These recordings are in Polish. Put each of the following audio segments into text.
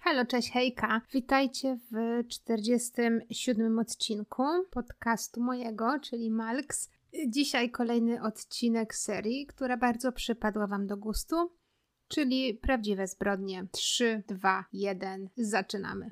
Halo, cześć, hejka. Witajcie w 47. odcinku podcastu mojego, czyli Malks. Dzisiaj kolejny odcinek serii, która bardzo przypadła Wam do gustu, czyli Prawdziwe zbrodnie. 3, 2, 1, zaczynamy.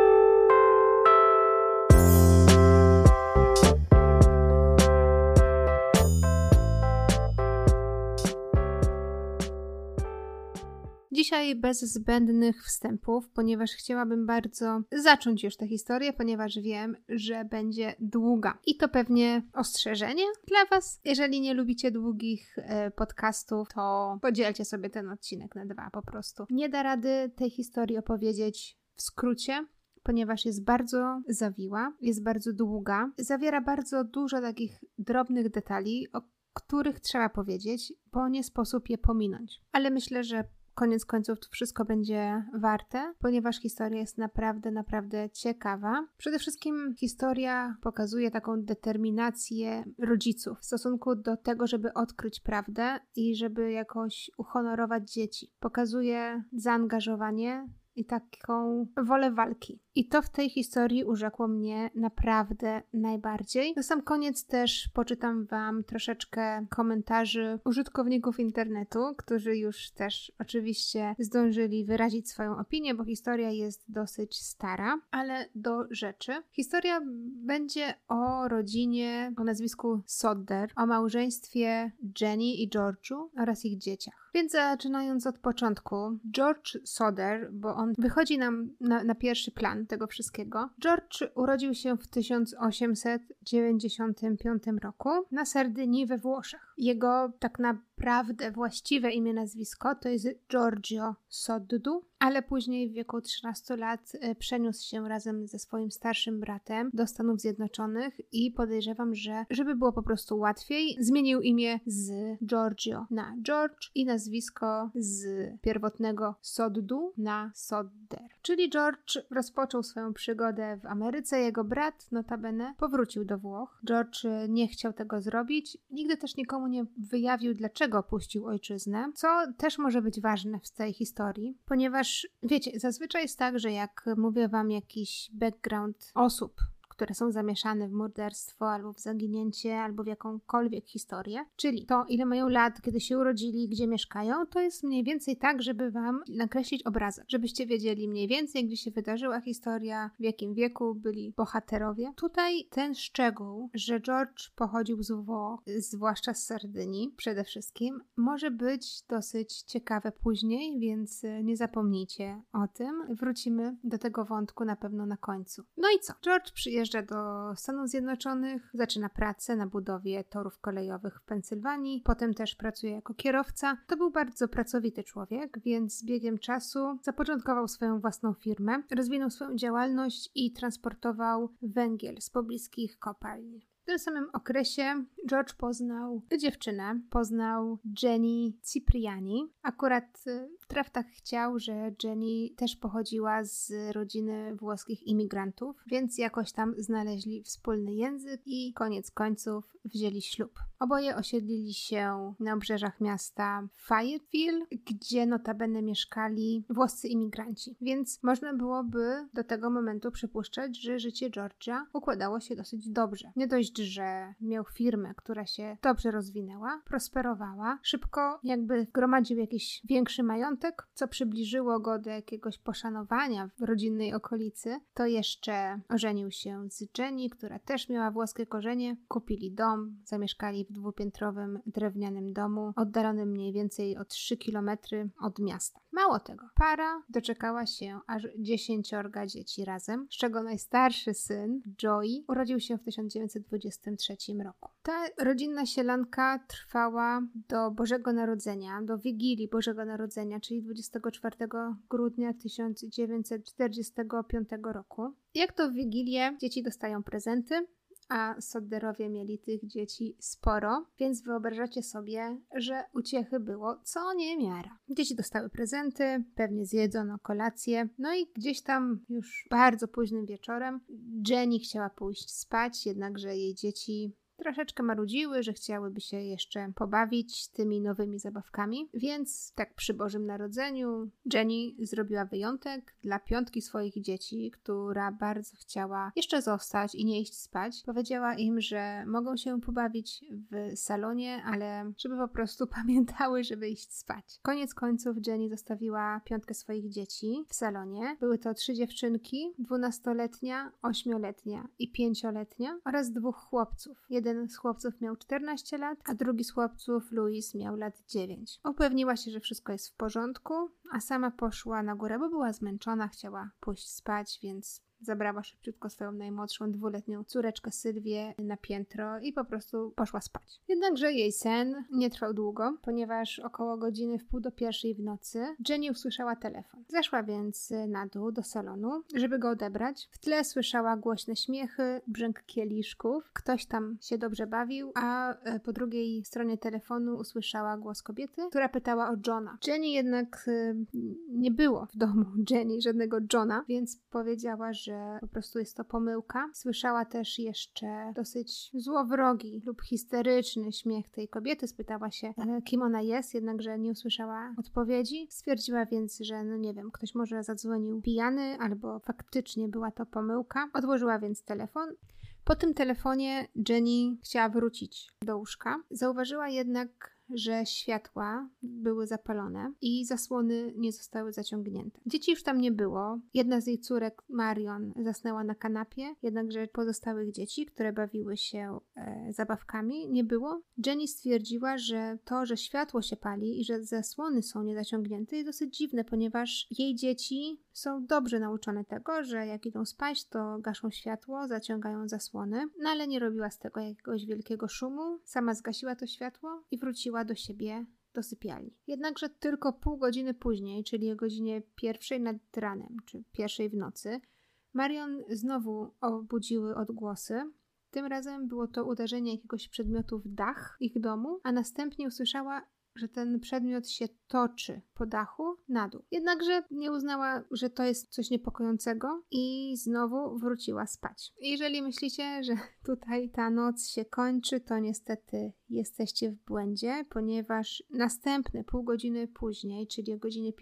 Dzisiaj bez zbędnych wstępów, ponieważ chciałabym bardzo zacząć już tę historię, ponieważ wiem, że będzie długa. I to pewnie ostrzeżenie dla Was. Jeżeli nie lubicie długich podcastów, to podzielcie sobie ten odcinek na 2 po prostu. Nie da rady tej historii opowiedzieć w skrócie, ponieważ jest bardzo zawiła, jest bardzo długa. Zawiera bardzo dużo takich drobnych detali, o których trzeba powiedzieć, bo nie sposób je pominąć. Ale myślę, że koniec końców to wszystko będzie warte, ponieważ historia jest naprawdę ciekawa. Przede wszystkim historia pokazuje taką determinację rodziców w stosunku do tego, żeby odkryć prawdę i żeby jakoś uhonorować dzieci. Pokazuje zaangażowanie i taką wolę walki. I to w tej historii urzekło mnie naprawdę najbardziej. Na sam koniec też poczytam Wam troszeczkę komentarzy użytkowników internetu, którzy już też oczywiście zdążyli wyrazić swoją opinię, bo historia jest dosyć stara, ale do rzeczy. Historia będzie o rodzinie o nazwisku Sodder, o małżeństwie Jenny i George'u oraz ich dzieciach. Więc zaczynając od początku, George Sodder, bo on wychodzi nam na pierwszy plan tego wszystkiego. George urodził się w 1895 roku na Sardynii we Włoszech. Jego tak naprawdę właściwe imię, nazwisko to jest Giorgio Soddu, ale później w wieku 13 lat przeniósł się razem ze swoim starszym bratem do Stanów Zjednoczonych i podejrzewam, że żeby było po prostu łatwiej, zmienił imię z Giorgio na George i nazwisko z pierwotnego Soddu na Sodder. Czyli George rozpoczął swoją przygodę w Ameryce, jego brat notabene powrócił do Włoch. George nie chciał tego zrobić, nigdy też nikomu nie wyjawił, dlaczego opuścił ojczyznę, co też może być ważne w tej historii, ponieważ wiecie, zazwyczaj jest tak, że jak mówię Wam jakiś background osób, które są zamieszane w morderstwo, albo w zaginięcie, albo w jakąkolwiek historię, czyli to, ile mają lat, kiedy się urodzili, gdzie mieszkają, to jest mniej więcej tak, żeby Wam nakreślić obrazek, żebyście wiedzieli mniej więcej, gdzie się wydarzyła historia, w jakim wieku byli bohaterowie. Tutaj ten szczegół, że George pochodził z Włoch, zwłaszcza z Sardynii przede wszystkim, może być dosyć ciekawe później, więc nie zapomnijcie o tym. Wrócimy do tego wątku na pewno na końcu. No i co? George przyjeżdża do Stanów Zjednoczonych, zaczyna pracę na budowie torów kolejowych w Pensylwanii, potem też pracuje jako kierowca. To był bardzo pracowity człowiek, więc z biegiem czasu zapoczątkował swoją własną firmę, rozwinął swoją działalność i transportował węgiel z pobliskich kopalń. W tym samym okresie George poznał dziewczynę, poznał Jenny Cipriani. Akurat traf tak chciał, że Jenny też pochodziła z rodziny włoskich imigrantów, więc jakoś tam znaleźli wspólny język i koniec końców wzięli ślub. Oboje osiedlili się na obrzeżach miasta Fayetteville, gdzie notabene mieszkali włoscy imigranci, więc można byłoby do tego momentu przypuszczać, że życie George'a układało się dosyć dobrze. Nie dość, że miał firmę, która się dobrze rozwinęła, prosperowała, szybko jakby gromadził jakiś większy majątek, co przybliżyło go do jakiegoś poszanowania w rodzinnej okolicy, to jeszcze ożenił się z Jenny, która też miała włoskie korzenie, kupili dom, zamieszkali w 2-piętrowym drewnianym domu, oddalonym mniej więcej o 3 km od miasta. Mało tego, para doczekała się aż 10 dzieci razem, z czego najstarszy syn, Joey, urodził się w 1923 roku. Ta rodzinna sielanka trwała do Bożego Narodzenia, do Wigilii Bożego Narodzenia, czyli 24 grudnia 1945 roku. Jak to w Wigilię dzieci dostają prezenty, a Sodderowie mieli tych dzieci sporo, więc wyobrażacie sobie, że uciechy było co niemiara. Dzieci dostały prezenty, pewnie zjedzono kolację, no i gdzieś tam już bardzo późnym wieczorem Jenny chciała pójść spać, jednakże jej dzieci troszeczkę marudziły, że chciałyby się jeszcze pobawić tymi nowymi zabawkami, więc tak przy Bożym Narodzeniu Jenny zrobiła wyjątek dla 5 swoich dzieci, która bardzo chciała jeszcze zostać i nie iść spać. Powiedziała im, że mogą się pobawić w salonie, ale żeby po prostu pamiętały, żeby iść spać. Koniec końców Jenny zostawiła 5 swoich dzieci w salonie. Były to 3 dziewczynki, 12-letnia, 8-letnia i 5-letnia oraz 2 chłopców. Jeden z chłopców miał 14 lat, a drugi z chłopców, Louis, miał lat 9. Upewniła się, że wszystko jest w porządku, a sama poszła na górę, bo była zmęczona, chciała pójść spać, więc zabrała szybciutko swoją najmłodszą 2-letnią córeczkę Sylwię na piętro i po prostu poszła spać. Jednakże jej sen nie trwał długo, ponieważ około godziny 12:30 w nocy Jenny usłyszała telefon. Zeszła więc na dół do salonu, żeby go odebrać. W tle słyszała głośne śmiechy, brzęk kieliszków. Ktoś tam się dobrze bawił, a po drugiej stronie telefonu usłyszała głos kobiety, która pytała o Johna. Jenny jednak nie było w domu żadnego Johna, więc powiedziała, że po prostu jest to pomyłka. Słyszała też jeszcze dosyć złowrogi lub histeryczny śmiech tej kobiety. Spytała się, kim ona jest, jednakże nie usłyszała odpowiedzi. Stwierdziła więc, że no nie wiem, ktoś może zadzwonił pijany albo faktycznie była to pomyłka. Odłożyła więc telefon. Po tym telefonie Jenny chciała wrócić do łóżka. Zauważyła jednak, że światła były zapalone i zasłony nie zostały zaciągnięte. Dzieci już tam nie było. Jedna z jej córek, Marion, zasnęła na kanapie, jednakże pozostałych dzieci, które bawiły się zabawkami, nie było. Jenny stwierdziła, że to, że światło się pali i że zasłony są niezaciągnięte, jest dosyć dziwne, ponieważ jej dzieci są dobrze nauczone tego, że jak idą spać, to gaszą światło, zaciągają zasłony, no ale nie robiła z tego jakiegoś wielkiego szumu. Sama zgasiła to światło i wróciła do siebie do sypialni. Jednakże tylko pół godziny później, czyli o godzinie 1:00 nad ranem, czy 1:00 w nocy, Marion znowu obudziły odgłosy. Tym razem było to uderzenie jakiegoś przedmiotu w dach ich domu, a następnie usłyszała, że ten przedmiot się toczy po dachu na dół. Jednakże nie uznała, że to jest coś niepokojącego i znowu wróciła spać. Jeżeli myślicie, że tutaj ta noc się kończy, to niestety jesteście w błędzie, ponieważ następne pół godziny później, czyli o godzinie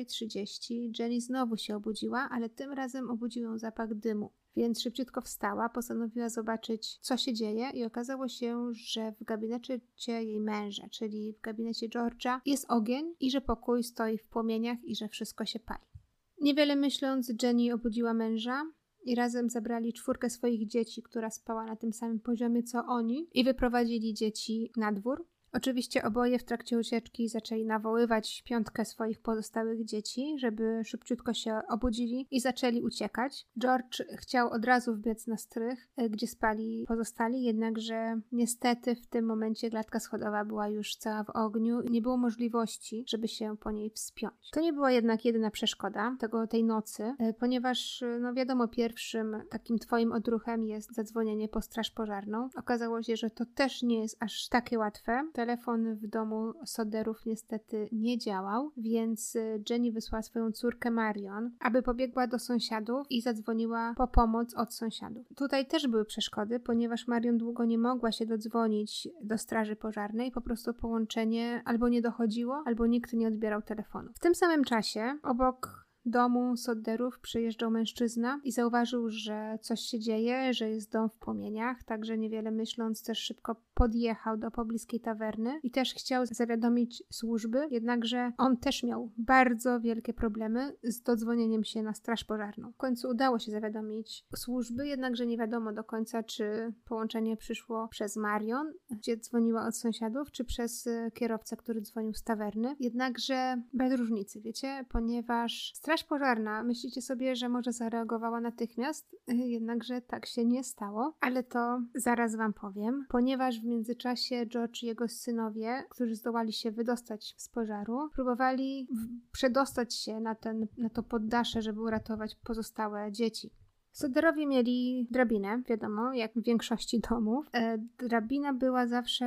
1:30, Jenny znowu się obudziła, ale tym razem obudził ją zapach dymu. Więc szybciutko wstała, postanowiła zobaczyć, co się dzieje i okazało się, że w gabinecie jej męża, czyli w gabinecie George'a, jest ogień i że pokój stoi w płomieniach i że wszystko się pali. Niewiele myśląc, Jenny obudziła męża i razem zabrali 4 swoich dzieci, która spała na tym samym poziomie co oni, i wyprowadzili dzieci na dwór. Oczywiście oboje w trakcie ucieczki zaczęli nawoływać 5 swoich pozostałych dzieci, żeby szybciutko się obudzili i zaczęli uciekać. George chciał od razu wbiec na strych, gdzie spali pozostali, jednakże niestety w tym momencie klatka schodowa była już cała w ogniu i nie było możliwości, żeby się po niej wspiąć. To nie była jednak jedyna przeszkoda tej nocy, ponieważ no wiadomo, pierwszym takim twoim odruchem jest zadzwonienie po straż pożarną. Okazało się, że to też nie jest aż takie łatwe. Telefon w domu Soderów niestety nie działał, więc Jenny wysłała swoją córkę Marion, aby pobiegła do sąsiadów i zadzwoniła po pomoc od sąsiadów. Tutaj też były przeszkody, ponieważ Marion długo nie mogła się dodzwonić do straży pożarnej, po prostu połączenie albo nie dochodziło, albo nikt nie odbierał telefonu. W tym samym czasie obok domu Soderów przyjeżdżał mężczyzna i zauważył, że coś się dzieje, że jest dom w płomieniach, także niewiele myśląc też szybko podjechał do pobliskiej tawerny i też chciał zawiadomić służby, jednakże on też miał bardzo wielkie problemy z dodzwonieniem się na straż pożarną. W końcu udało się zawiadomić służby, jednakże nie wiadomo do końca, czy połączenie przyszło przez Marion, gdzie dzwoniła od sąsiadów, czy przez kierowcę, który dzwonił z tawerny. Jednakże bez różnicy, wiecie, ponieważ straż pożarna, myślicie sobie, że może zareagowała natychmiast, jednakże tak się nie stało, ale to zaraz wam powiem, ponieważ w międzyczasie George i jego synowie, którzy zdołali się wydostać z pożaru, próbowali przedostać się na to poddasze, żeby uratować pozostałe dzieci. Soderowie mieli drabinę, wiadomo, jak w większości domów. Drabina była zawsze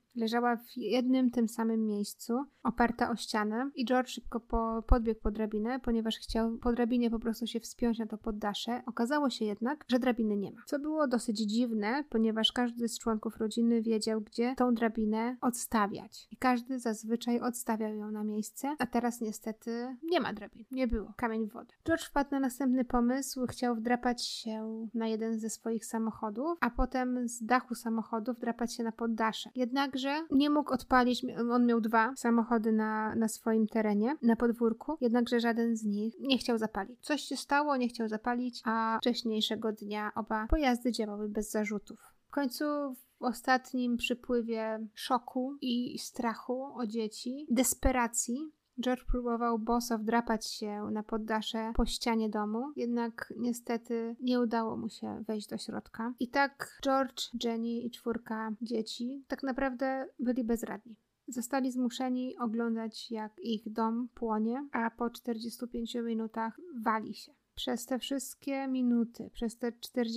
Leżała w jednym tym samym miejscu, oparta o ścianę i George szybko podbiegł po drabinę, ponieważ chciał po drabinie po prostu się wspiąć na to poddasze. Okazało się jednak, że drabiny nie ma. Co było dosyć dziwne, ponieważ każdy z członków rodziny wiedział, gdzie tą drabinę odstawiać. I każdy zazwyczaj odstawiał ją na miejsce, a teraz niestety nie ma drabin. Nie było. Kamień w wodę. George wpadł na następny pomysł, chciał wdrapać się na jeden ze swoich samochodów, a potem z dachu samochodu wdrapać się na poddasze. Jednakże nie mógł odpalić, on miał 2 samochody na swoim terenie, na podwórku, jednakże żaden z nich nie chciał zapalić. Coś się stało, nie chciał zapalić, a wcześniejszego dnia oba pojazdy działały bez zarzutów. W końcu w ostatnim przypływie szoku i strachu o dzieci, desperacji, George próbował boso wdrapać się na poddasze po ścianie domu, jednak niestety nie udało mu się wejść do środka. I tak George, Jenny i 4 dzieci tak naprawdę byli bezradni. Zostali zmuszeni oglądać, jak ich dom płonie, a po 45 minutach wali się. Przez te wszystkie minuty, przez te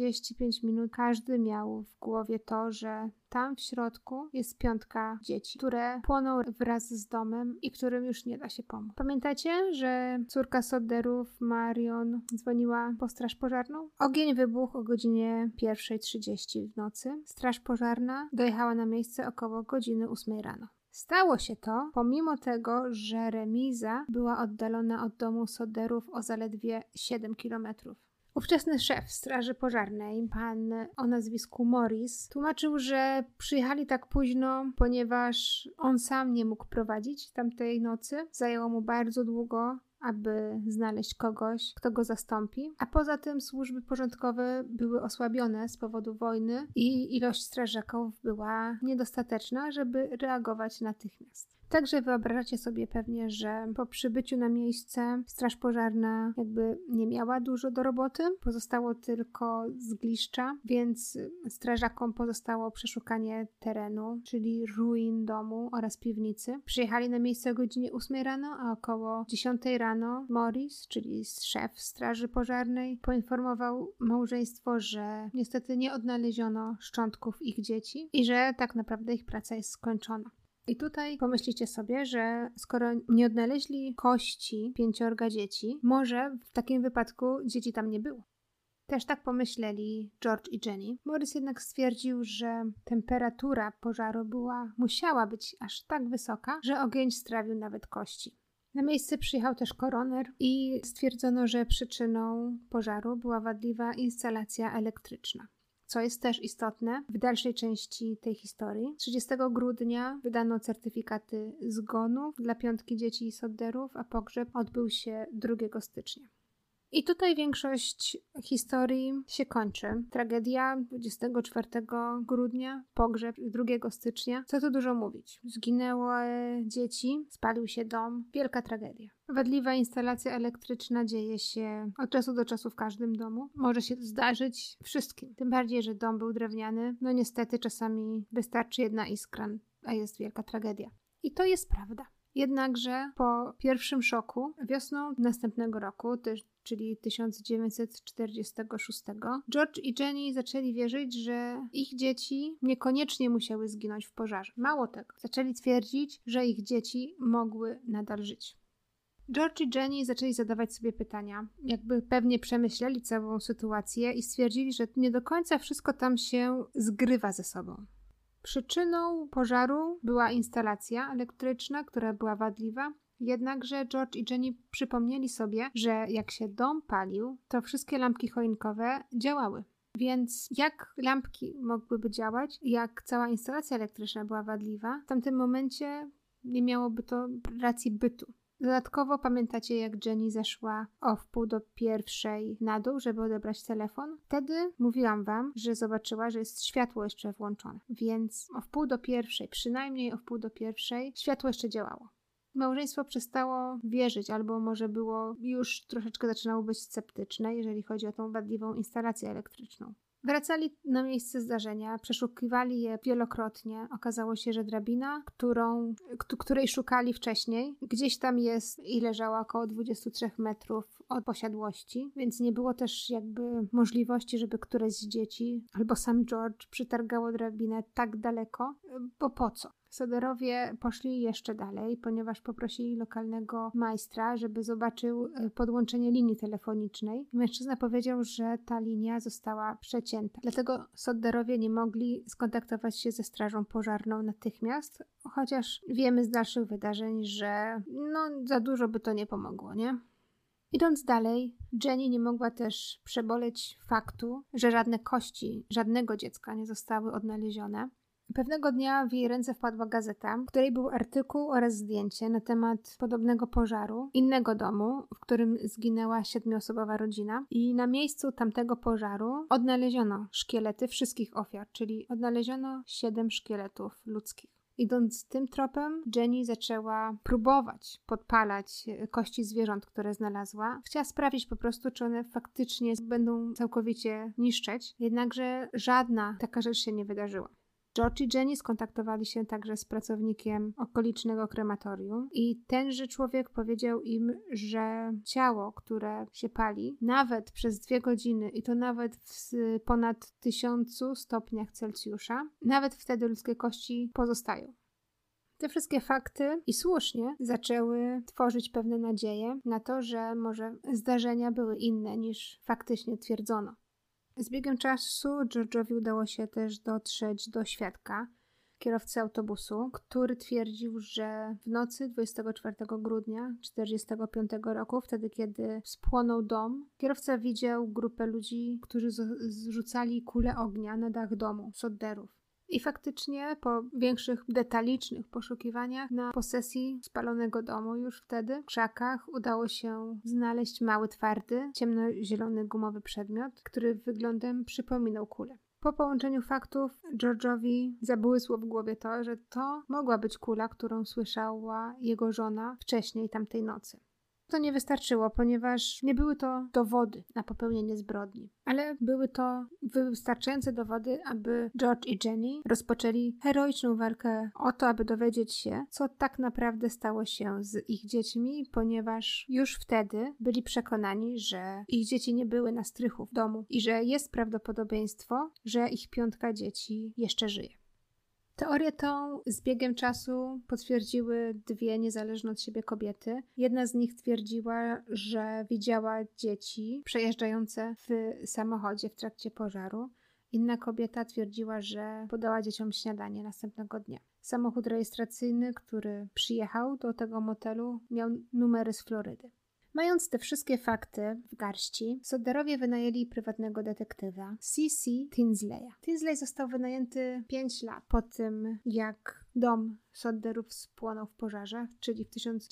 45 minut każdy miał w głowie to, że tam w środku jest 5 dzieci, które płoną wraz z domem i którym już nie da się pomóc. Pamiętacie, że córka Sodderów, Marion, dzwoniła po straż pożarną? Ogień wybuchł o godzinie 1:30 w nocy. Straż pożarna dojechała na miejsce około godziny 8 rano. Stało się to pomimo tego, że remiza była oddalona od domu Sodderów o zaledwie 7 kilometrów. Ówczesny szef straży pożarnej, pan o nazwisku Morris, tłumaczył, że przyjechali tak późno, ponieważ on sam nie mógł prowadzić tamtej nocy. Zajęło mu bardzo długo, aby znaleźć kogoś, kto go zastąpi, a poza tym służby porządkowe były osłabione z powodu wojny i ilość strażaków była niedostateczna, żeby reagować natychmiast. Także wyobrażacie sobie pewnie, że po przybyciu na miejsce straż pożarna jakby nie miała dużo do roboty, pozostało tylko zgliszcza, więc strażakom pozostało przeszukanie terenu, czyli ruin domu oraz piwnicy. Przyjechali na miejsce o godzinie 8 rano, a około 10 rano Morris, czyli szef straży pożarnej, poinformował małżeństwo, że niestety nie odnaleziono szczątków ich dzieci i że tak naprawdę ich praca jest skończona. I tutaj pomyślicie sobie, że skoro nie odnaleźli kości 5 dzieci, może w takim wypadku dzieci tam nie było. Też tak pomyśleli George i Jenny. Morris jednak stwierdził, że temperatura pożaru musiała być aż tak wysoka, że ogień strawił nawet kości. Na miejsce przyjechał też koroner i stwierdzono, że przyczyną pożaru była wadliwa instalacja elektryczna. Co jest też istotne w dalszej części tej historii. 30 grudnia wydano certyfikaty zgonu dla 5 dzieci Sodderów, a pogrzeb odbył się 2 stycznia. I tutaj większość historii się kończy. Tragedia 24 grudnia, pogrzeb 2 stycznia. Co tu dużo mówić? Zginęło dzieci, spalił się dom. Wielka tragedia. Wadliwa instalacja elektryczna dzieje się od czasu do czasu w każdym domu. Może się zdarzyć wszystkim. Tym bardziej, że dom był drewniany. No niestety czasami wystarczy jedna iskra, a jest wielka tragedia. I to jest prawda. Jednakże po pierwszym szoku, wiosną następnego roku, czyli 1946, George i Jenny zaczęli wierzyć, że ich dzieci niekoniecznie musiały zginąć w pożarze. Mało tego, zaczęli twierdzić, że ich dzieci mogły nadal żyć. George i Jenny zaczęli zadawać sobie pytania, jakby pewnie przemyśleli całą sytuację i stwierdzili, że nie do końca wszystko tam się zgrywa ze sobą. Przyczyną pożaru była instalacja elektryczna, która była wadliwa, jednakże George i Jenny przypomnieli sobie, że jak się dom palił, to wszystkie lampki choinkowe działały. Więc jak lampki mogłyby działać, jak cała instalacja elektryczna była wadliwa, w tamtym momencie nie miałoby to racji bytu. Dodatkowo pamiętacie, jak Jenny zeszła o 12:30 na dół, żeby odebrać telefon? Wtedy mówiłam wam, że zobaczyła, że jest światło jeszcze włączone. Więc o 12:30, przynajmniej o 12:30 światło jeszcze działało. Małżeństwo przestało wierzyć, albo może było już troszeczkę zaczynało być sceptyczne, jeżeli chodzi o tą wadliwą instalację elektryczną. Wracali na miejsce zdarzenia, przeszukiwali je wielokrotnie. Okazało się, że drabina, której szukali wcześniej, gdzieś tam jest i leżała około 23 metrów od posiadłości, więc nie było też jakby możliwości, żeby któreś z dzieci albo sam George przytargało drabinę tak daleko, bo po co? Soderowie poszli jeszcze dalej, ponieważ poprosili lokalnego majstra, żeby zobaczył podłączenie linii telefonicznej. Mężczyzna powiedział, że ta linia została przecięta. Dlatego Soderowie nie mogli skontaktować się ze strażą pożarną natychmiast, chociaż wiemy z dalszych wydarzeń, że za dużo by to nie pomogło, nie? Idąc dalej, Jenny nie mogła też przeboleć faktu, że żadne kości żadnego dziecka nie zostały odnalezione. Pewnego dnia w jej ręce wpadła gazeta, w której był artykuł oraz zdjęcie na temat podobnego pożaru innego domu, w którym zginęła 7-osobowa rodzina i na miejscu tamtego pożaru odnaleziono szkielety wszystkich ofiar, czyli odnaleziono 7 szkieletów ludzkich. Idąc tym tropem, Jenny zaczęła próbować podpalać kości zwierząt, które znalazła. Chciała sprawdzić po prostu, czy one faktycznie będą całkowicie niszczeć, jednakże żadna taka rzecz się nie wydarzyła. George i Jenny skontaktowali się także z pracownikiem okolicznego krematorium i tenże człowiek powiedział im, że ciało, które się pali, nawet przez 2 godziny i to nawet w ponad 1000 stopniach Celsjusza, nawet wtedy ludzkie kości pozostają. Te wszystkie fakty, i słusznie, zaczęły tworzyć pewne nadzieje na to, że może zdarzenia były inne niż faktycznie twierdzono. Z biegiem czasu George'owi udało się też dotrzeć do świadka, kierowcy autobusu, który twierdził, że w nocy 24 grudnia 1945 roku, wtedy kiedy spłonął dom, kierowca widział grupę ludzi, którzy zrzucali kule ognia na dach domu Sodderów. I faktycznie po większych detalicznych poszukiwaniach na posesji spalonego domu już wtedy w krzakach udało się znaleźć mały, twardy, ciemnozielony gumowy przedmiot, który wyglądem przypominał kulę. Po połączeniu faktów George'owi zabłysło w głowie to, że to mogła być kula, którą słyszała jego żona wcześniej tamtej nocy. To nie wystarczyło, ponieważ nie były to dowody na popełnienie zbrodni, ale były to wystarczające dowody, aby George i Jenny rozpoczęli heroiczną walkę o to, aby dowiedzieć się, co tak naprawdę stało się z ich dziećmi, ponieważ już wtedy byli przekonani, że ich dzieci nie były na strychu w domu i że jest prawdopodobieństwo, że ich 5 dzieci jeszcze żyje. Teorię tą z biegiem czasu potwierdziły 2 niezależne od siebie kobiety. Jedna z nich twierdziła, że widziała dzieci przejeżdżające w samochodzie w trakcie pożaru. Inna kobieta twierdziła, że podała dzieciom śniadanie następnego dnia. Samochód rejestracyjny, który przyjechał do tego motelu, miał numery z Florydy. Mając te wszystkie fakty w garści, Sodderowie wynajęli prywatnego detektywa C.C. Tinsleya. Tinsley został wynajęty 5 lat po tym, jak dom Sodderów spłonął w pożarze, czyli w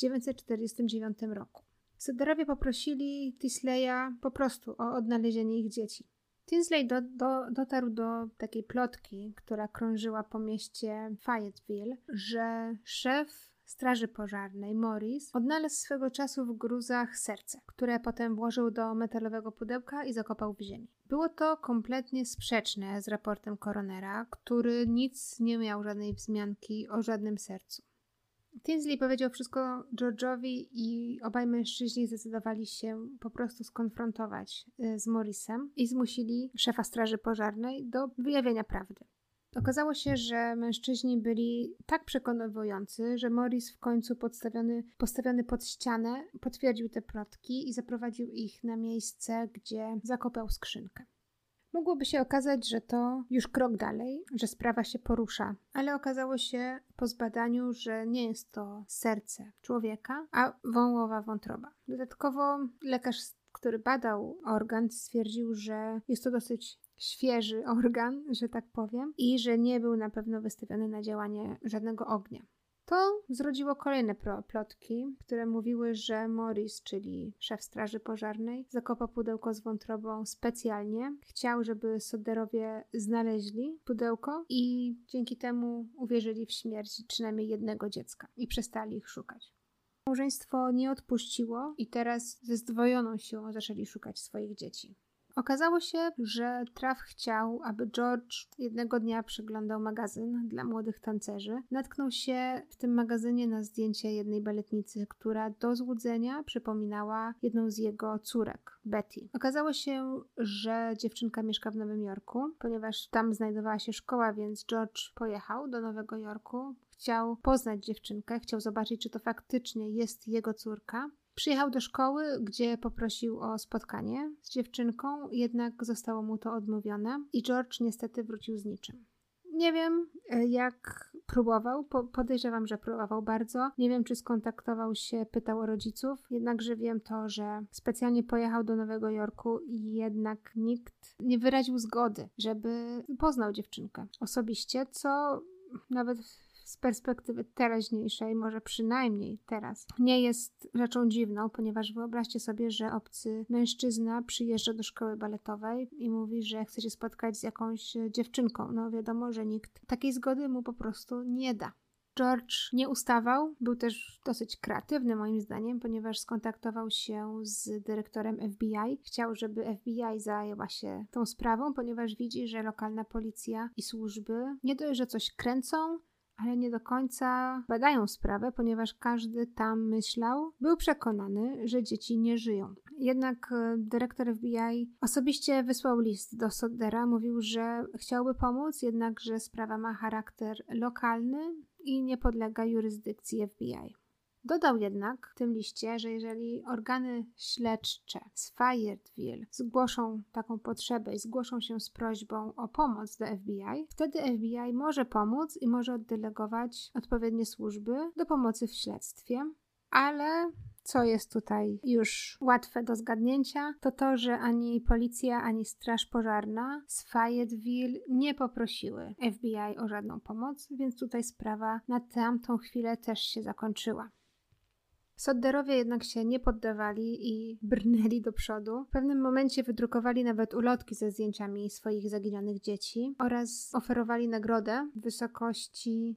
1949 roku. Sodderowie poprosili Tinsleya po prostu o odnalezienie ich dzieci. Tinsley dotarł do takiej plotki, która krążyła po mieście Fayetteville, że szef Straży Pożarnej Morris odnalazł swego czasu w gruzach serce, które potem włożył do metalowego pudełka i zakopał w ziemi. Było to kompletnie sprzeczne z raportem koronera, który nic nie miał żadnej wzmianki o żadnym sercu. Tinsley powiedział wszystko George'owi i obaj mężczyźni zdecydowali się po prostu skonfrontować z Morrisem i zmusili szefa Straży Pożarnej do wyjawienia prawdy. Okazało się, że mężczyźni byli tak przekonujący, że Morris w końcu postawiony pod ścianę potwierdził te plotki i zaprowadził ich na miejsce, gdzie zakopał skrzynkę. Mogłoby się okazać, że to już krok dalej, że sprawa się porusza, ale okazało się po zbadaniu, że nie jest to serce człowieka, a wąłowa wątroba. Dodatkowo lekarz, który badał organ, stwierdził, że jest to dosyć świeży organ, że tak powiem, i że nie był na pewno wystawiony na działanie żadnego ognia. To zrodziło kolejne plotki, które mówiły, że Morris, czyli szef Straży Pożarnej, zakopał pudełko z wątrobą specjalnie. Chciał, żeby Sodderowie znaleźli pudełko i dzięki temu uwierzyli w śmierć przynajmniej jednego dziecka i przestali ich szukać. Małżeństwo nie odpuściło i teraz ze zdwojoną siłą zaczęli szukać swoich dzieci. Okazało się, że Traf chciał, aby George jednego dnia przeglądał magazyn dla młodych tancerzy. Natknął się w tym magazynie na zdjęcie jednej baletnicy, która do złudzenia przypominała jedną z jego córek, Betty. Okazało się, że dziewczynka mieszka w Nowym Jorku, ponieważ tam znajdowała się szkoła, więc George pojechał do Nowego Jorku. Chciał poznać dziewczynkę, chciał zobaczyć, czy to faktycznie jest jego córka. Przyjechał do szkoły, gdzie poprosił o spotkanie z dziewczynką, jednak zostało mu to odmówione i George niestety wrócił z niczym. Nie wiem, jak próbował, podejrzewam, że próbował bardzo. Nie wiem, czy skontaktował się, pytał o rodziców, jednakże wiem to, że specjalnie pojechał do Nowego Jorku i jednak nikt nie wyraził zgody, żeby poznał dziewczynkę osobiście, co nawet z perspektywy teraźniejszej, może przynajmniej teraz, nie jest rzeczą dziwną, ponieważ wyobraźcie sobie, że obcy mężczyzna przyjeżdża do szkoły baletowej i mówi, że chce się spotkać z jakąś dziewczynką. No wiadomo, że nikt takiej zgody mu po prostu nie da. George nie ustawał, był też dosyć kreatywny moim zdaniem, ponieważ skontaktował się z dyrektorem FBI. Chciał, żeby FBI zajęła się tą sprawą, ponieważ widzi, że lokalna policja i służby nie dość, że coś kręcą, ale nie do końca badają sprawę, ponieważ każdy tam myślał, był przekonany, że dzieci nie żyją. Jednak dyrektor FBI osobiście wysłał list do Soddera, mówił, że chciałby pomóc, jednak że sprawa ma charakter lokalny i nie podlega jurysdykcji FBI. Dodał jednak w tym liście, że jeżeli organy śledcze z Fayetteville zgłoszą taką potrzebę i zgłoszą się z prośbą o pomoc do FBI, wtedy FBI może pomóc i może oddelegować odpowiednie służby do pomocy w śledztwie, ale co jest tutaj już łatwe do zgadnięcia, to to, że ani policja, ani straż pożarna z Fayetteville nie poprosiły FBI o żadną pomoc, więc tutaj sprawa na tamtą chwilę też się zakończyła. Sodderowie jednak się nie poddawali i brnęli do przodu. W pewnym momencie wydrukowali nawet ulotki ze zdjęciami swoich zaginionych dzieci oraz oferowali nagrodę w wysokości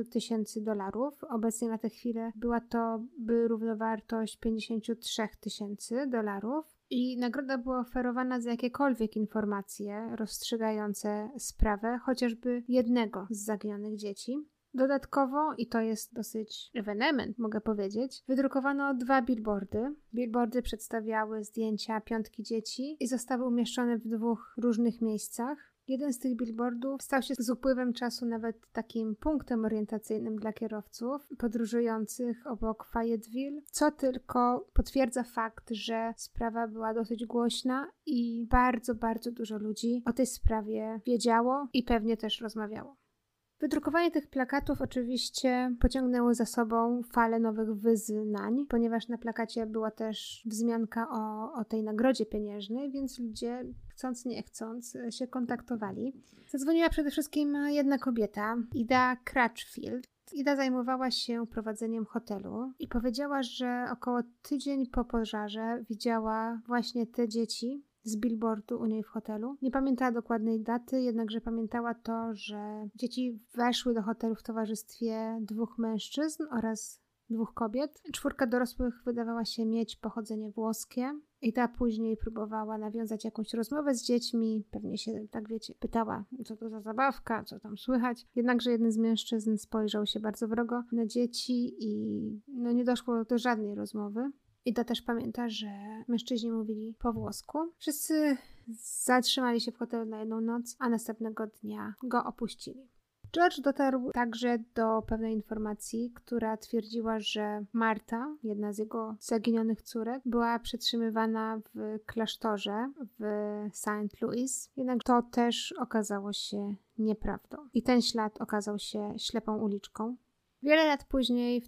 $5,000. Obecnie na tę chwilę by równowartość $53,000. I nagroda była oferowana za jakiekolwiek informacje rozstrzygające sprawę chociażby jednego z zaginionych dzieci. Dodatkowo, i to jest dosyć ewenement, mogę powiedzieć, wydrukowano 2 billboardy. Billboardy przedstawiały zdjęcia 5 dzieci i zostały umieszczone w 2 różnych miejscach. Jeden z tych billboardów stał się z upływem czasu nawet takim punktem orientacyjnym dla kierowców podróżujących obok Fayetteville, co tylko potwierdza fakt, że sprawa była dosyć głośna i bardzo, bardzo dużo ludzi o tej sprawie wiedziało i pewnie też rozmawiało. Wydrukowanie tych plakatów oczywiście pociągnęło za sobą falę nowych wyznań, ponieważ na plakacie była też wzmianka o tej nagrodzie pieniężnej, więc ludzie chcąc nie chcąc się kontaktowali. Zadzwoniła przede wszystkim jedna kobieta, Ida Crutchfield. Ida zajmowała się prowadzeniem hotelu i powiedziała, że około tydzień po pożarze widziała właśnie te dzieci z billboardu u niej w hotelu. Nie pamiętała dokładnej daty, jednakże pamiętała to, że dzieci weszły do hotelu w towarzystwie 2 mężczyzn oraz 2 kobiet. 4 dorosłych wydawała się mieć pochodzenie włoskie i ta później próbowała nawiązać jakąś rozmowę z dziećmi. Pewnie się, tak wiecie, pytała, co to za zabawka, co tam słychać. Jednakże jeden z mężczyzn spojrzał się bardzo wrogo na dzieci i nie doszło do żadnej rozmowy. Ida też pamięta, że mężczyźni mówili po włosku. Wszyscy zatrzymali się w hotelu na jedną noc, a następnego dnia go opuścili. George dotarł także do pewnej informacji, która twierdziła, że Marta, jedna z jego zaginionych córek, była przetrzymywana w klasztorze w St. Louis. Jednak to też okazało się nieprawdą. I ten ślad okazał się ślepą uliczką. Wiele lat później, w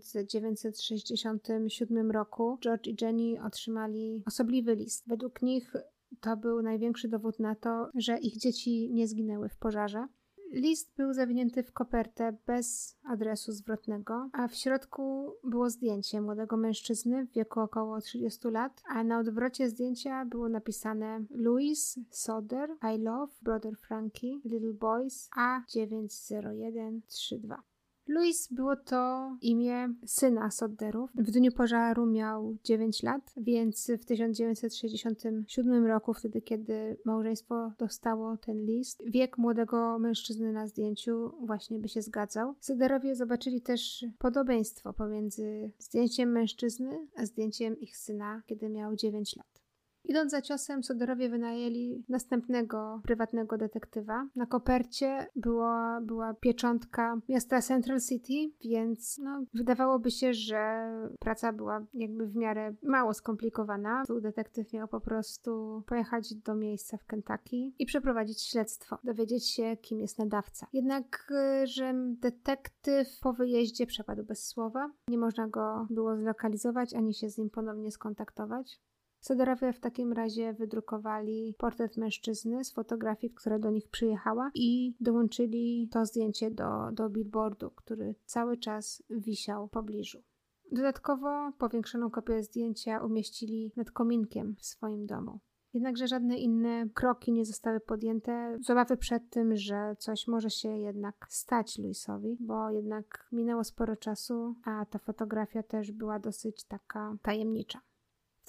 1967 roku, George i Jenny otrzymali osobliwy list. Według nich to był największy dowód na to, że ich dzieci nie zginęły w pożarze. List był zawinięty w kopertę bez adresu zwrotnego, a w środku było zdjęcie młodego mężczyzny w wieku około 30 lat, a na odwrocie zdjęcia było napisane Louis Sodder, I love brother Frankie, little boys, A90132. Louis było to imię syna Sodderów. W dniu pożaru miał 9 lat, więc w 1967 roku, wtedy kiedy małżeństwo dostało ten list, wiek młodego mężczyzny na zdjęciu właśnie by się zgadzał. Sodderowie zobaczyli też podobieństwo pomiędzy zdjęciem mężczyzny a zdjęciem ich syna, kiedy miał 9 lat. Idąc za ciosem, Sodderowie wynajęli następnego prywatnego detektywa. Na kopercie była pieczątka miasta Central City, więc wydawałoby się, że praca była jakby w miarę mało skomplikowana. Tu detektyw miał po prostu pojechać do miejsca w Kentucky i przeprowadzić śledztwo, dowiedzieć się, kim jest nadawca. Jednak, że detektyw po wyjeździe przepadł bez słowa. Nie można go było zlokalizować, ani się z nim ponownie skontaktować. Sodderowie w takim razie wydrukowali portret mężczyzny z fotografii, która do nich przyjechała i dołączyli to zdjęcie do billboardu, który cały czas wisiał w pobliżu. Dodatkowo powiększoną kopię zdjęcia umieścili nad kominkiem w swoim domu. Jednakże żadne inne kroki nie zostały podjęte z obawy przed tym, że coś może się jednak stać Louisowi, bo jednak minęło sporo czasu, a ta fotografia też była dosyć taka tajemnicza. W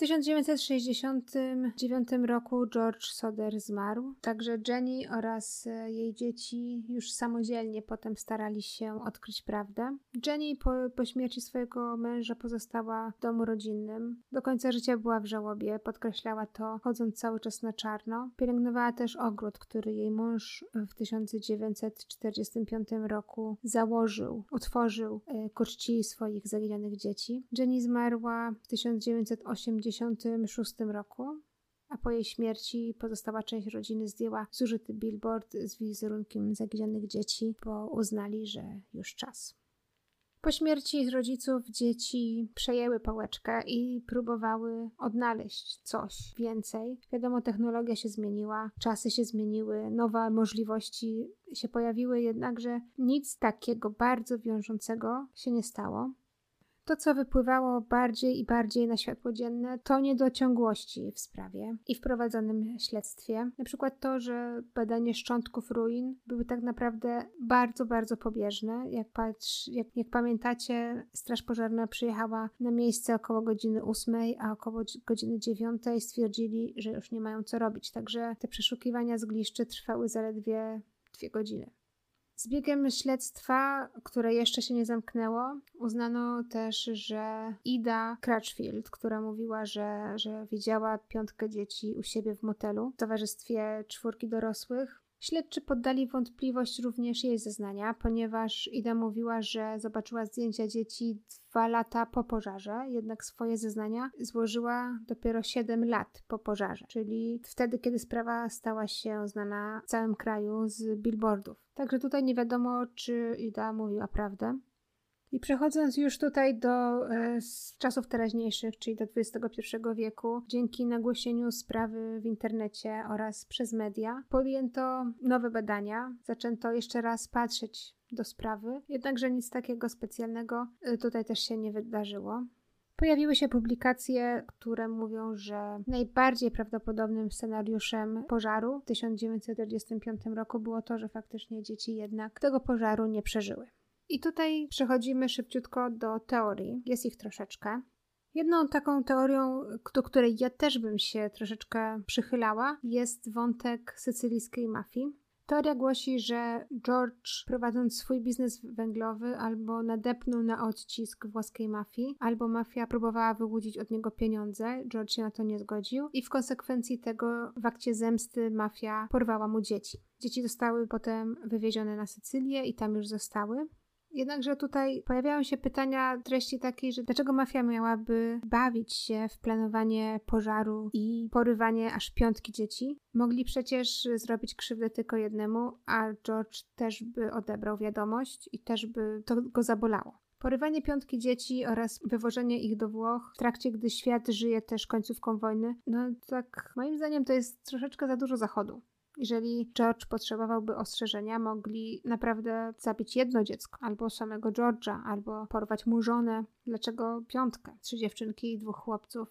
1969 roku George Sodder zmarł, także Jenny oraz jej dzieci już samodzielnie potem starali się odkryć prawdę. Jenny po śmierci swojego męża pozostała w domu rodzinnym. Do końca życia była w żałobie, podkreślała to, chodząc cały czas na czarno. Pielęgnowała też ogród, który jej mąż w 1945 roku utworzył ku czci swoich zaginionych dzieci. Jenny zmarła w 1986 roku, a po jej śmierci pozostała część rodziny zdjęła zużyty billboard z wizerunkiem zaginionych dzieci, bo uznali, że już czas. Po śmierci rodziców dzieci przejęły pałeczkę i próbowały odnaleźć coś więcej. Wiadomo, technologia się zmieniła, czasy się zmieniły, nowe możliwości się pojawiły, jednakże nic takiego bardzo wiążącego się nie stało. To, co wypływało bardziej i bardziej na światło dzienne, to niedociągłości w sprawie i w prowadzonym śledztwie. Na przykład to, że badanie szczątków ruin były tak naprawdę bardzo, bardzo pobieżne. Jak pamiętacie, Straż Pożarna przyjechała na miejsce około godziny 8, a około godziny 9 stwierdzili, że już nie mają co robić. Także te przeszukiwania zgliszczy trwały zaledwie 2 godziny. Z biegiem śledztwa, które jeszcze się nie zamknęło, uznano też, że Ida Crutchfield, która mówiła, że widziała 5 dzieci u siebie w motelu w towarzystwie 4 dorosłych. Śledczy poddali wątpliwość również jej zeznania, ponieważ Ida mówiła, że zobaczyła zdjęcia dzieci 2 lata po pożarze, jednak swoje zeznania złożyła dopiero 7 lat po pożarze, czyli wtedy, kiedy sprawa stała się znana w całym kraju z billboardów. Także tutaj nie wiadomo, czy Ida mówiła prawdę. I przechodząc już tutaj do czasów teraźniejszych, czyli do XXI wieku, dzięki nagłośnieniu sprawy w internecie oraz przez media, podjęto nowe badania, zaczęto jeszcze raz patrzeć do sprawy, jednakże nic takiego specjalnego tutaj też się nie wydarzyło. Pojawiły się publikacje, które mówią, że najbardziej prawdopodobnym scenariuszem pożaru w 1945 roku było to, że faktycznie dzieci jednak tego pożaru nie przeżyły. I tutaj przechodzimy szybciutko do teorii. Jest ich troszeczkę. Jedną taką teorią, do której ja też bym się troszeczkę przychylała, jest wątek sycylijskiej mafii. Teoria głosi, że George, prowadząc swój biznes węglowy, albo nadepnął na odcisk włoskiej mafii, albo mafia próbowała wyłudzić od niego pieniądze, George się na to nie zgodził i w konsekwencji tego w akcie zemsty mafia porwała mu dzieci. Dzieci zostały potem wywiezione na Sycylię i tam już zostały. Jednakże tutaj pojawiają się pytania treści takiej, że dlaczego mafia miałaby bawić się w planowanie pożaru i porywanie aż 5 dzieci? Mogli przecież zrobić krzywdę tylko jednemu, a George też by odebrał wiadomość i też by to go zabolało. Porywanie 5 dzieci oraz wywożenie ich do Włoch w trakcie, gdy świat żyje też końcówką wojny, tak moim zdaniem to jest troszeczkę za dużo zachodu. Jeżeli George potrzebowałby ostrzeżenia, mogli naprawdę zabić 1 dziecko, albo samego George'a, albo porwać mu żonę. Dlaczego 5? 3 dziewczynki i 2 chłopców.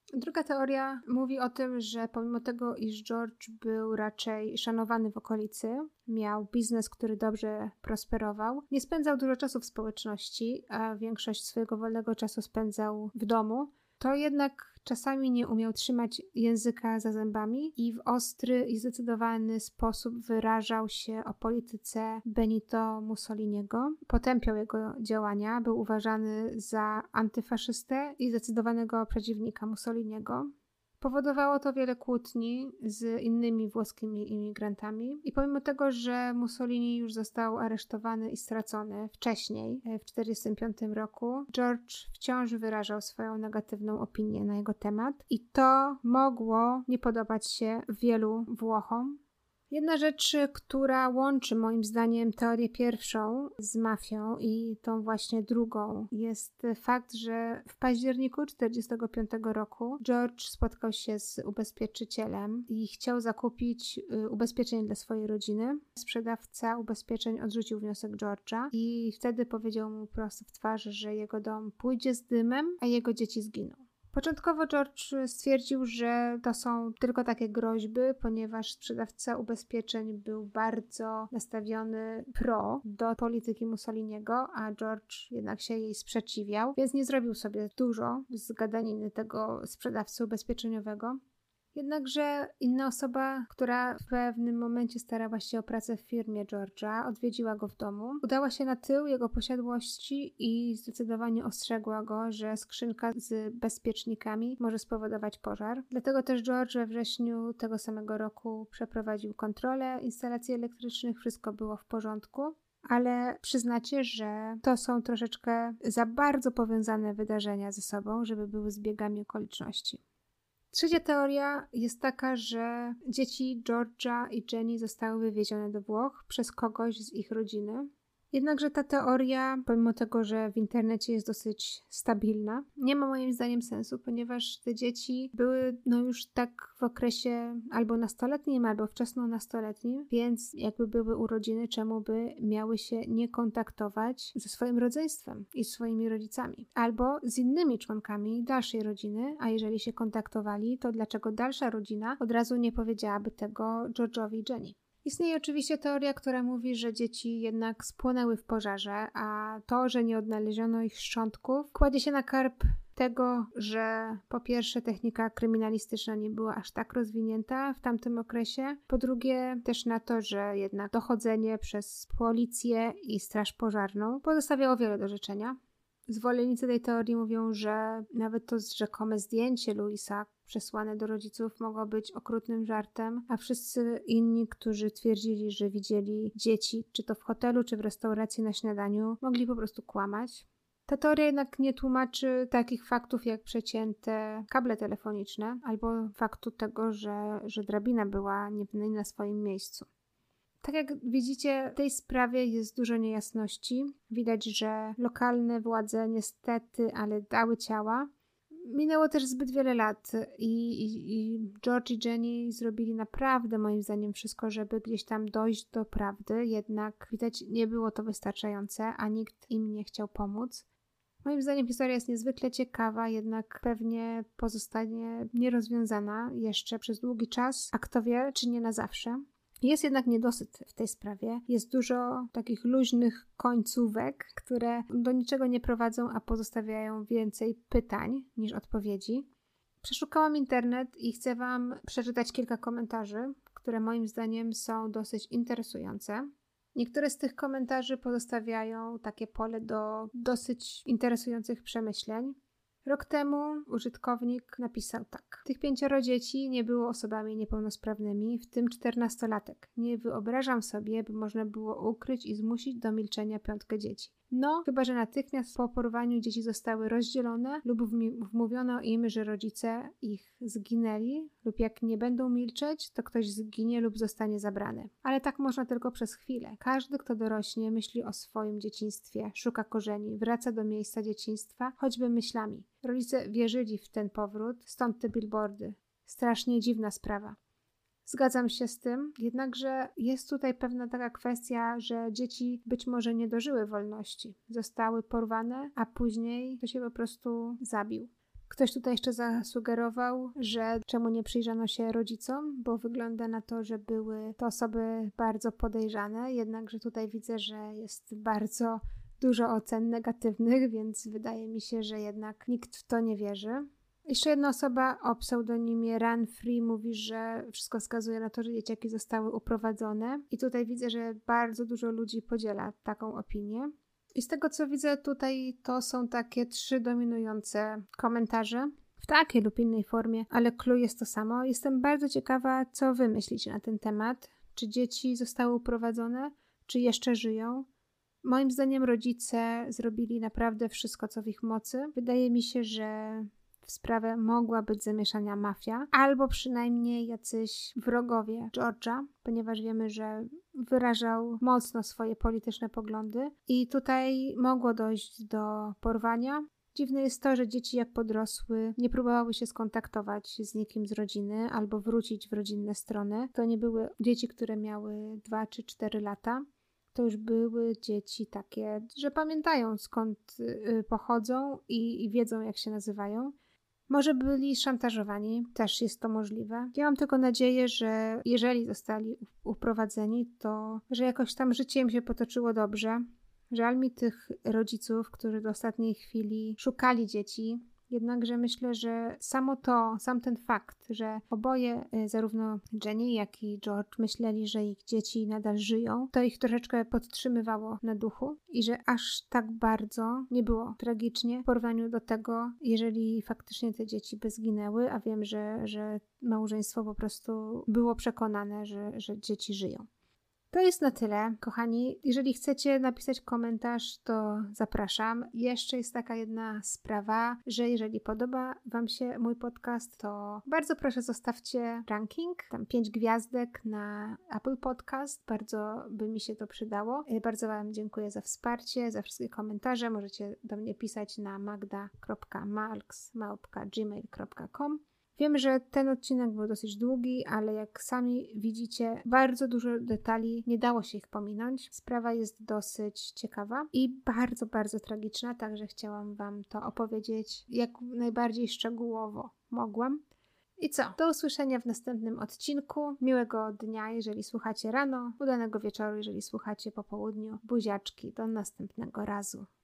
Druga teoria mówi o tym, że pomimo tego, iż George był raczej szanowany w okolicy, miał biznes, który dobrze prosperował, nie spędzał dużo czasu w społeczności, a większość swojego wolnego czasu spędzał w domu, to jednak czasami nie umiał trzymać języka za zębami i w ostry i zdecydowany sposób wyrażał się o polityce Benito Mussoliniego. Potępiał jego działania, był uważany za antyfaszystę i zdecydowanego przeciwnika Mussoliniego. Powodowało to wiele kłótni z innymi włoskimi imigrantami i pomimo tego, że Mussolini już został aresztowany i stracony wcześniej, w 1945 roku, George wciąż wyrażał swoją negatywną opinię na jego temat i to mogło nie podobać się wielu Włochom. Jedna rzecz, która łączy moim zdaniem teorię pierwszą z mafią i tą właśnie drugą, jest fakt, że w październiku 1945 roku George spotkał się z ubezpieczycielem i chciał zakupić ubezpieczenie dla swojej rodziny. Sprzedawca ubezpieczeń odrzucił wniosek George'a i wtedy powiedział mu prosto w twarz, że jego dom pójdzie z dymem, a jego dzieci zginą. Początkowo George stwierdził, że to są tylko takie groźby, ponieważ sprzedawca ubezpieczeń był bardzo nastawiony do polityki Mussoliniego, a George jednak się jej sprzeciwiał, więc nie zrobił sobie dużo z gadaniny tego sprzedawcy ubezpieczeniowego. Jednakże inna osoba, która w pewnym momencie starała się o pracę w firmie George'a, odwiedziła go w domu, udała się na tył jego posiadłości i zdecydowanie ostrzegła go, że skrzynka z bezpiecznikami może spowodować pożar. Dlatego też George we wrześniu tego samego roku przeprowadził kontrolę instalacji elektrycznych, wszystko było w porządku. Ale przyznacie, że to są troszeczkę za bardzo powiązane wydarzenia ze sobą, żeby były zbiegami okoliczności. Trzecia teoria jest taka, że dzieci George'a i Jenny zostały wywiezione do Włoch przez kogoś z ich rodziny. Jednakże ta teoria, pomimo tego, że w internecie jest dosyć stabilna, nie ma moim zdaniem sensu, ponieważ te dzieci były już tak w okresie albo nastoletnim, albo wczesno-nastoletnim, więc jakby były urodziny, czemu by miały się nie kontaktować ze swoim rodzeństwem i swoimi rodzicami, albo z innymi członkami dalszej rodziny, a jeżeli się kontaktowali, to dlaczego dalsza rodzina od razu nie powiedziałaby tego George'owi i Jenny? Istnieje oczywiście teoria, która mówi, że dzieci jednak spłonęły w pożarze, a to, że nie odnaleziono ich szczątków, kładzie się na karb tego, że po pierwsze technika kryminalistyczna nie była aż tak rozwinięta w tamtym okresie, po drugie też na to, że jednak dochodzenie przez policję i straż pożarną pozostawiało wiele do życzenia. Zwolennicy tej teorii mówią, że nawet to rzekome zdjęcie Louisa przesłane do rodziców mogło być okrutnym żartem, a wszyscy inni, którzy twierdzili, że widzieli dzieci, czy to w hotelu, czy w restauracji na śniadaniu, mogli po prostu kłamać. Ta teoria jednak nie tłumaczy takich faktów jak przecięte kable telefoniczne, albo faktu tego, że drabina była nie na swoim miejscu. Tak jak widzicie, w tej sprawie jest dużo niejasności. Widać, że lokalne władze niestety, ale dały ciała. Minęło też zbyt wiele lat i George i Jenny zrobili naprawdę, moim zdaniem, wszystko, żeby gdzieś tam dojść do prawdy, jednak widać, nie było to wystarczające, a nikt im nie chciał pomóc. Moim zdaniem historia jest niezwykle ciekawa, jednak pewnie pozostanie nierozwiązana jeszcze przez długi czas, a kto wie, czy nie na zawsze. Jest jednak niedosyt w tej sprawie. Jest dużo takich luźnych końcówek, które do niczego nie prowadzą, a pozostawiają więcej pytań niż odpowiedzi. Przeszukałam internet i chcę Wam przeczytać kilka komentarzy, które moim zdaniem są dosyć interesujące. Niektóre z tych komentarzy pozostawiają takie pole do dosyć interesujących przemyśleń. Rok temu użytkownik napisał tak. Tych 5 dzieci nie było osobami niepełnosprawnymi, w tym 14-latek. Nie wyobrażam sobie, by można było ukryć i zmusić do milczenia 5 dzieci. No, chyba że natychmiast po porwaniu dzieci zostały rozdzielone lub wmówiono im, że rodzice ich zginęli lub jak nie będą milczeć, to ktoś zginie lub zostanie zabrany. Ale tak można tylko przez chwilę. Każdy, kto dorośnie, myśli o swoim dzieciństwie, szuka korzeni, wraca do miejsca dzieciństwa, choćby myślami. Rodzice wierzyli w ten powrót, stąd te billboardy. Strasznie dziwna sprawa. Zgadzam się z tym, jednakże jest tutaj pewna taka kwestia, że dzieci być może nie dożyły wolności. Zostały porwane, a później to się po prostu zabił. Ktoś tutaj jeszcze zasugerował, że czemu nie przyjrzano się rodzicom, bo wygląda na to, że były to osoby bardzo podejrzane, jednakże tutaj widzę, że jest bardzo dużo ocen negatywnych, więc wydaje mi się, że jednak nikt w to nie wierzy. Jeszcze jedna osoba o pseudonimie Run Free mówi, że wszystko wskazuje na to, że dzieciaki zostały uprowadzone. I tutaj widzę, że bardzo dużo ludzi podziela taką opinię. I z tego co widzę tutaj to są takie 3 dominujące komentarze w takiej lub innej formie, ale clue jest to samo. Jestem bardzo ciekawa, co wy myślicie na ten temat. Czy dzieci zostały uprowadzone, czy jeszcze żyją? Moim zdaniem rodzice zrobili naprawdę wszystko, co w ich mocy. Wydaje mi się, że w sprawę mogła być zamieszana mafia, albo przynajmniej jacyś wrogowie George'a, ponieważ wiemy, że wyrażał mocno swoje polityczne poglądy i tutaj mogło dojść do porwania. Dziwne jest to, że dzieci jak podrosły nie próbowały się skontaktować z nikim z rodziny albo wrócić w rodzinne strony. To nie były dzieci, które miały 2 czy 4 lata. To już były dzieci takie, że pamiętają skąd pochodzą i wiedzą jak się nazywają. Może byli szantażowani, też jest to możliwe. Ja mam tylko nadzieję, że jeżeli zostali uprowadzeni, to że jakoś tam życie im się potoczyło dobrze. Żal mi tych rodziców, którzy do ostatniej chwili szukali dzieci. Jednakże myślę, że sam ten fakt, że oboje, zarówno Jenny, jak i George, myśleli, że ich dzieci nadal żyją, to ich troszeczkę podtrzymywało na duchu i że aż tak bardzo nie było tragicznie w porównaniu do tego, jeżeli faktycznie te dzieci by zginęły, a wiem, że małżeństwo po prostu było przekonane, że dzieci żyją. To jest na tyle, kochani. Jeżeli chcecie napisać komentarz, to zapraszam. Jeszcze jest taka jedna sprawa, że jeżeli podoba wam się mój podcast, to bardzo proszę zostawcie ranking, tam 5 gwiazdek na Apple Podcast. Bardzo by mi się to przydało. Bardzo wam dziękuję za wsparcie, za wszystkie komentarze. Możecie do mnie pisać na magda.malks@gmail.com. Wiem, że ten odcinek był dosyć długi, ale jak sami widzicie, bardzo dużo detali, nie dało się ich pominąć. Sprawa jest dosyć ciekawa i bardzo, bardzo tragiczna, także chciałam wam to opowiedzieć jak najbardziej szczegółowo mogłam. I co? Do usłyszenia w następnym odcinku. Miłego dnia, jeżeli słuchacie rano, udanego wieczoru, jeżeli słuchacie po południu. Buziaczki, do następnego razu.